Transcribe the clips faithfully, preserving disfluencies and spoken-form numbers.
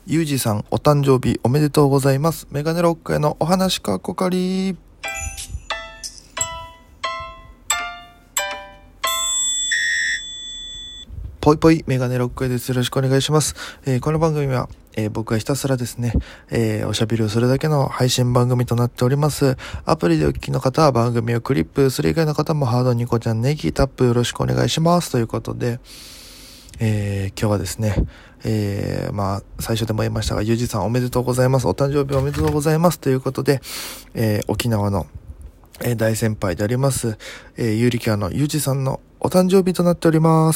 ゆうじさんお誕生日おめでとうございます。メガネロックへのお話かこかり。ぽいぽいメガネロックへです。よろしくお願いします。えー、この番組は、えー、僕がひたすらですね、えー、おしゃべりをするだけの配信番組となっております。アプリでお聞きの方は番組をクリップ、それ以外の方もハードニコちゃんネギタップよろしくお願いしますということで、えー、今日はですね、えー、まあ最初でも言いましたが、ゆうじさんおめでとうございます、お誕生日おめでとうございますということで、えー、沖縄の、えー、大先輩であります、えー、ゆうりきゃのゆうじさんのお誕生日となっております。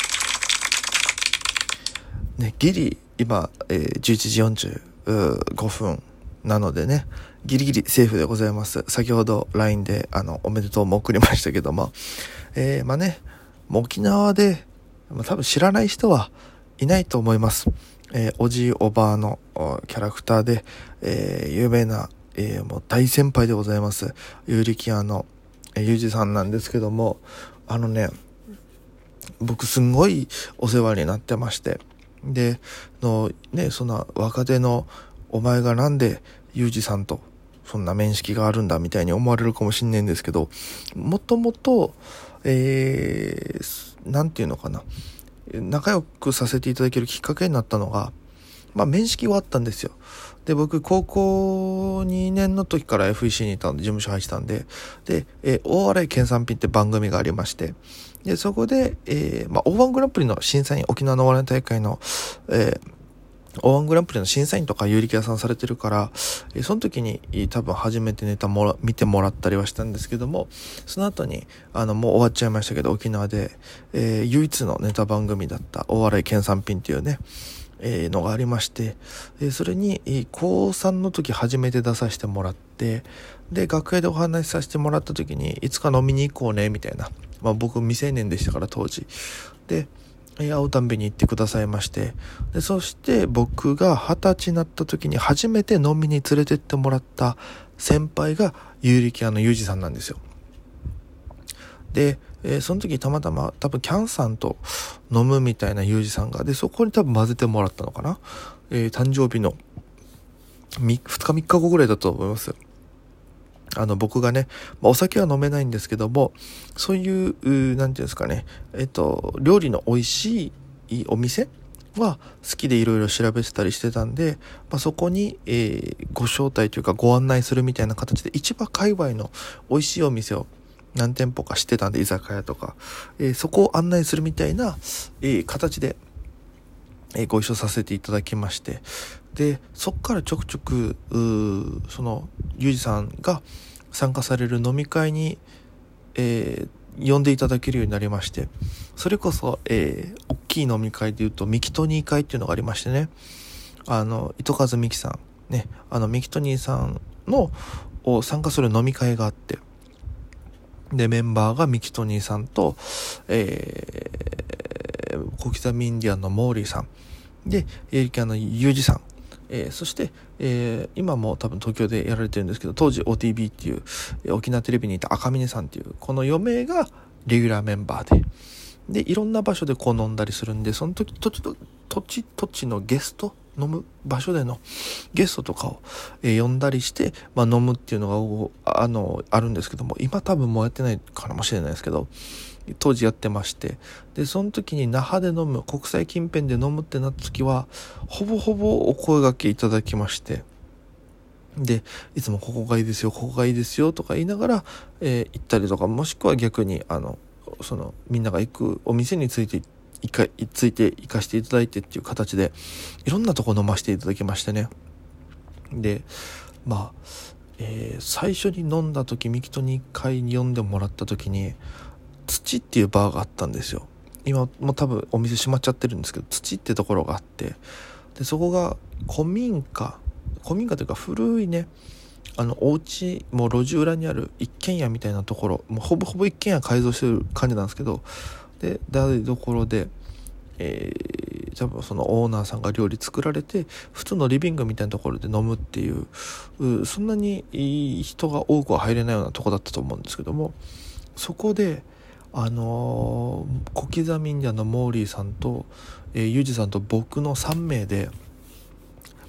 ね、ギリ今、えー、じゅういちじよんじゅうごふんなのでね、ギリギリセーフでございます。先ほど ライン であのおめでとうも送りましたけども、えー、まあね、沖縄でまあ、多分知らない人はいないと思います。えー、おじおばあのキャラクターで、えー、有名な、えー、もう大先輩でございます。ゆうりきあの、えー、ゆうじさんなんですけども、あのね、僕すんごいお世話になってまして、で、のね、そんな若手のお前がなんでゆうじさんとそんな面識があるんだみたいに思われるかもしんないんですけど、もともと、えー、なんていうのかな、仲良くさせていただけるきっかけになったのが、まあ面識はあったんですよ。で、僕高校にねんの時から エフイーシー にいたんで、事務所入ってたんで、で、えー、大洗県産品って番組がありまして、で、そこで、えー、まあ オーワン グランプリの審査員、沖縄のお笑い大会の、えーオーワン グランプリの審査員とか有力屋さんされてるから、えー、その時に多分初めてネタもら見てもらったりはしたんですけども、その後にあのもう終わっちゃいましたけど、沖縄で、えー、唯一のネタ番組だった大笑い県産品っていうね、えー、のがありまして、えー、それに、えー、こうさんの時初めて出させてもらって、で楽屋でお話しさせてもらった時に、いつか飲みに行こうねみたいな、まあ僕未成年でしたから当時で、会うたんびに行ってくださいまして、でそして僕が二十歳になった時に初めて飲みに連れてってもらった先輩が有力屋のゆうじさんなんですよ。で、えー、その時たまたま多分キャンさんと飲むみたいなゆうじさんが、でそこに多分混ぜてもらったのかな、えー、誕生日のふつかみっかごぐらいだと思います。あの僕がね、まあ、お酒は飲めないんですけども、そういう、なんていうんですかね、えっと、料理の美味しいお店は好きでいろいろ調べてたりしてたんで、まあ、そこに、えー、ご招待というかご案内するみたいな形で、市場界隈の美味しいお店を何店舗か知ってたんで、居酒屋とか、えー、そこを案内するみたいな、えー、形で、えー、ご一緒させていただきまして、でそっからちょくちょくそのゆうじさんが参加される飲み会に、えー、呼んでいただけるようになりまして、それこそ、えー、大きい飲み会でいうとミキトニー会っていうのがありましてね、あの糸数美希さんね、あのミキトニーさんのを参加する飲み会があって、でメンバーがミキトニーさんと、えー、小刻みインディアンのモーリーさんで、エリキャのユージさん、えー、そして、えー、今も多分東京でやられてるんですけど、当時 オーティービー っていう、えー、沖縄テレビにいた赤嶺さんっていうこのよめいがレギュラーメンバーで、でいろんな場所でこう飲んだりするんで、その時土地と土地土地のゲスト、飲む場所でのゲストとかを、えー、呼んだりして、まあ、飲むっていうのがあのあるんですけども、今多分もうやってないかもしれないですけど、当時やってまして、でその時に那覇で飲む、国際近辺で飲むってなった時はほぼほぼお声掛けいただきまして、でいつもここがいいですよここがいいですよとか言いながら、えー、行ったりとか、もしくは逆にあのそのみんなが行くお店について行かついて行かせていただいてっていう形でいろんなとこ飲ませていただきましてね。でまあ、えー、最初に飲んだ時、ミキトにかい呼んでもらった時に土っていうバーがあったんですよ。今もう多分お店閉まっちゃってるんですけど、土ってところがあって、でそこが古民家古民家というか古いね、あのお家もう路地裏にある一軒家みたいなところ、もうほぼほぼ一軒家改造してる感じなんですけど、で台所で、えー、多分そのオーナーさんが料理作られて、普通のリビングみたいなところで飲むっていう、うそんなにいい人が多くは入れないようなとこだったと思うんですけども、そこであのー、小刻みインディアンのモーリーさんと、えー、ユージさんと僕のさんめいで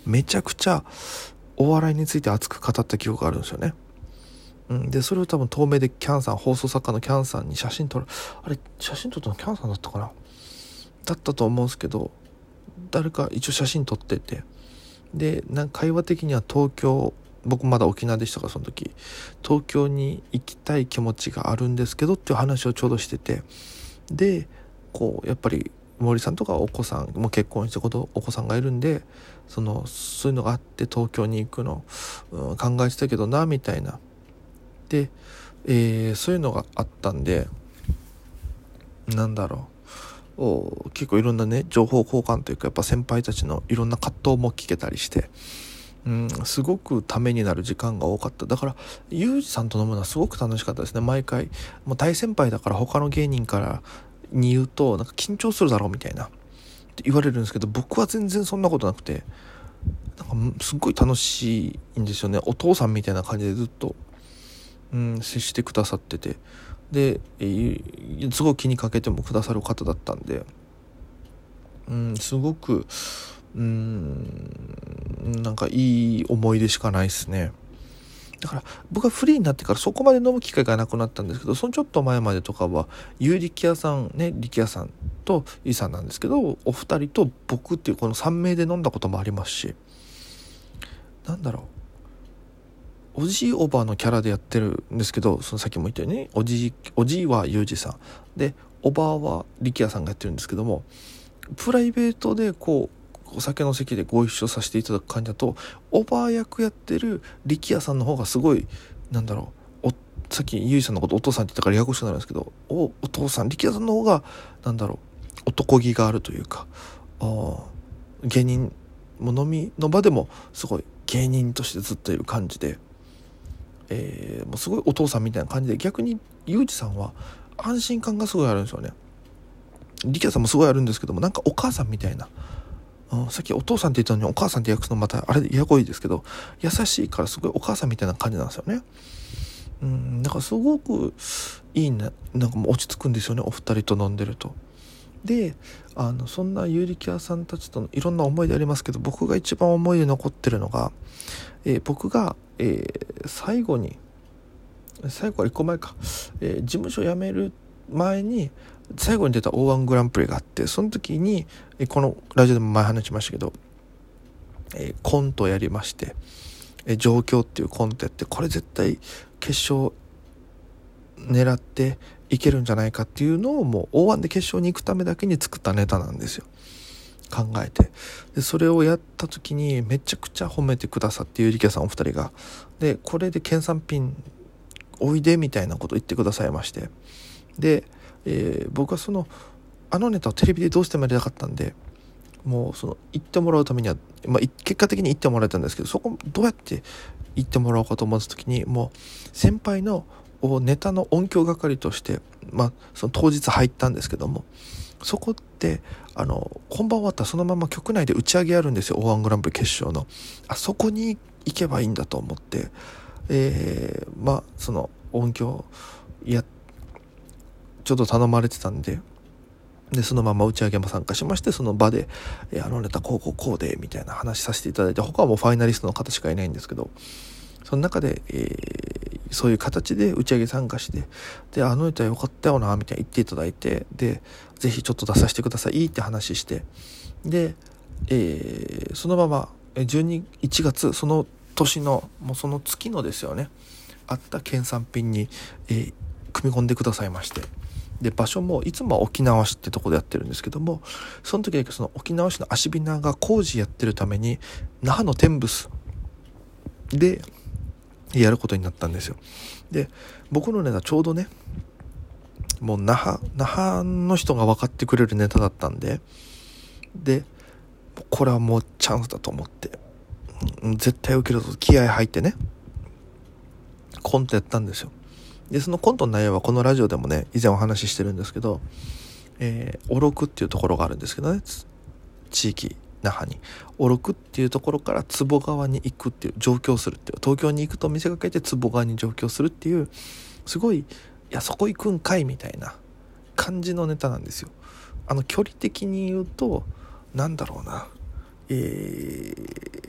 めちゃくちゃお笑いについて熱く語った記憶があるんですよね。うん、でそれを多分透明でキャンさん、放送作家のキャンさんに写真撮る、あれ写真撮ったのキャンさんだったかな、だったと思うんですけど、誰か一応写真撮ってて、でなんか会話的には東京、僕まだ沖縄でしたからその時、東京に行きたい気持ちがあるんですけどっていう話をちょうどしてて、でこうやっぱり森さんとかお子さんも結婚してことお子さんがいるんで、そのそういうのがあって東京に行くの、うん、考えてたけどなみたいなで、えー、そういうのがあったんで、なんだろう、お結構いろんなね情報交換というか、やっぱ先輩たちのいろんな葛藤も聞けたりして、うん、すごくためになる時間が多かった。だからユージさんと飲むのはすごく楽しかったですね。毎回もう大先輩だから他の芸人からに言うとなんか緊張するだろうみたいなって言われるんですけど、僕は全然そんなことなくて、なんかすっごい楽しいんですよね。お父さんみたいな感じでずっと、うん、接してくださってて、で、えー、すごい気にかけてもくださる方だったんで、うん、すごくうーんなんかいい思い出しかないですね。だから僕はフリーになってからそこまで飲む機会がなくなったんですけど、そのちょっと前までとかはゆう力也さんね、力也さんとイさんなんですけど、お二人と僕っていうこのさん名で飲んだこともありますし、なんだろう、おじいおばあのキャラでやってるんですけど、そのさっきも言ったようにおじいおじいはゆうじさんで、おばあは力也さんがやってるんですけども、プライベートでこうお酒の席でご一緒させていただく感じだと、おばあ役やってる力也さんの方がすごい、なんだろう、おさっきゆいさんのことお父さんって言ったからややこしくなるんですけど、 お, お父さん力也さんの方がなんだろう、男気があるというか、あ芸人も飲みの場でもすごい芸人としてずっといる感じで、えー、もうすごいお父さんみたいな感じで、逆にゆうじさんは安心感がすごいあるんですよね。力也さんもすごいあるんですけども、なんかお母さんみたいな、うん、さっきお父さんって言ったのにお母さんって訳すのまたあれややこいですけど、優しいからすごいお母さんみたいな感じなんですよね。うん、だからすごくいいね、なんかもう落ち着くんですよね、お二人と飲んでると。で、あのそんな有力屋さんたちとのいろんな思い出ありますけど、僕が一番思い出残ってるのが、えー、僕が、えー、最後に最後からいっこまえか、えー、事務所辞める前に最後に出た オーワン グランプリがあって、その時に、えー、このラジオでも前話しましたけど、えー、コントやりまして、えー、状況っていうコントやって、これ絶対決勝狙っていけるんじゃないかっていうのを、もう オーワン で決勝に行くためだけに作ったネタなんですよ、考えて。でそれをやった時にめちゃくちゃ褒めてくださって、ゆりけさんお二人が、でこれで県産品おいでみたいなこと言ってくださいまして、で、えー、僕はそのあのネタをテレビでどうしてもやりたかったんで、もうその言ってもらうためには、まあ、結果的に言ってもらえたんですけど、そこどうやって言ってもらおうかと思った時に、もう先輩のネタの音響係として、まあ、その当日入ったんですけども、そこってあの本番終わったらそのまま局内で打ち上げあるんですよ、 オーワン グランプリ決勝の。あそこに行けばいいんだと思って、えー、まあその音響やちょっと頼まれてたんで、でそのまま打ち上げも参加しまして、その場で、えー、あのネタこうこうこうでみたいな話させていただいて、他はもうファイナリストの方しかいないんですけど、その中で、えー、そういう形で打ち上げ参加して、であのネタよかったよなみたいな言っていただいて、でぜひちょっと出させてくださいって話して、で、えー、そのままじゅうに、いちがつその年のもうその月のですよね、あった県産品に、えー、組み込んでくださいまして、で場所もいつもは沖縄市ってとこでやってるんですけども、その時だけその沖縄市のアシビナが工事やってるために那覇のテンブスでやることになったんですよ。で僕のネタちょうどね、もう那覇那覇の人が分かってくれるネタだったんで、でこれはもうチャンスだと思って、絶対受けると気合入ってねコントやったんですよ。でそのコントの内容はこのラジオでもね以前お話ししてるんですけど、えー、おろくっていうところがあるんですけどね、地域那覇におろくっていうところから坪川に行くっていう上京するっていう、東京に行くと見せかけて坪川に上京するっていう、すごいいやそこ行くんかいみたいな感じのネタなんですよ。あの距離的に言うとなんだろうな、え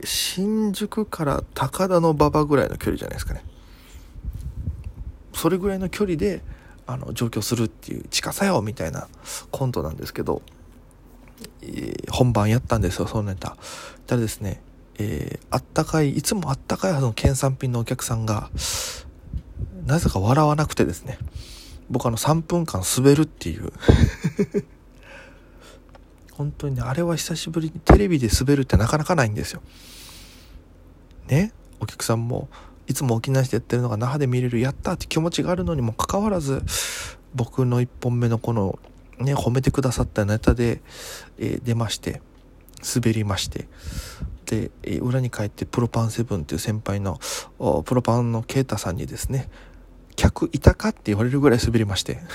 新宿から高田の馬場ぐらいの距離じゃないですかね。それぐらいの距離であの上京するっていう近さよみたいなコントなんですけど、えー、本番やったんですよ、そのネタ。ただですね、えー、あったかいいつもあったかいはずの県産品のお客さんがなぜか笑わなくてですね、僕あのさんぷんかん滑るっていう本当にね、あれは久しぶりにテレビで滑るってなかなかないんですよね。お客さんもいつも沖縄市でやってるのが那覇で見れる、やったって気持ちがあるのにもかかわらず、僕のいっぽんめのこのね褒めてくださったネタで、えー、出まして滑りまして、で、えー、裏に帰ってプロパンセブンっていう先輩のプロパンのケイタさんにですね、客いたかって言われるぐらい滑りまして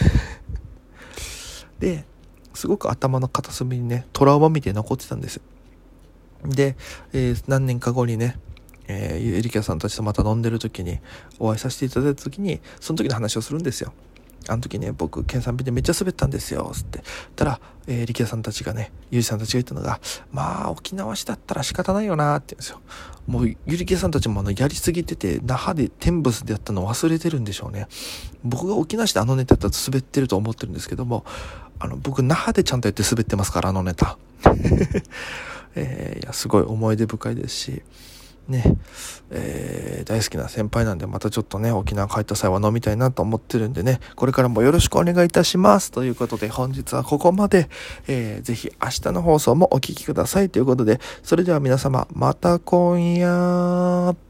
ですごく頭の片隅にねトラウマ見て残ってたんです。で、えー、何年か後にね、えー、ゆりきやさんたちとまた飲んでる時にお会いさせていただいた時にその時の話をするんですよ。あの時ね僕県産品でめっちゃ滑ったんですよつってたら、えー、りきやさんたちがねゆりさんたちが言ったのが、まあ沖縄市だったら仕方ないよなって言うんですよ。もうゆりきやさんたちもあのやりすぎてて那覇でテンブスでやったの忘れてるんでしょうね。僕が沖縄市であのネタやったら滑ってると思ってるんですけども、あの僕那覇でちゃんとやって滑ってますから、あのネタ、えー、いやすごい思い出深いですしね、えー、大好きな先輩なんで、またちょっとね沖縄帰った際は飲みたいなと思ってるんでね、これからもよろしくお願いいたしますということで、本日はここまで、えー、ぜひ明日の放送もお聞きくださいということで、それでは皆様また今夜。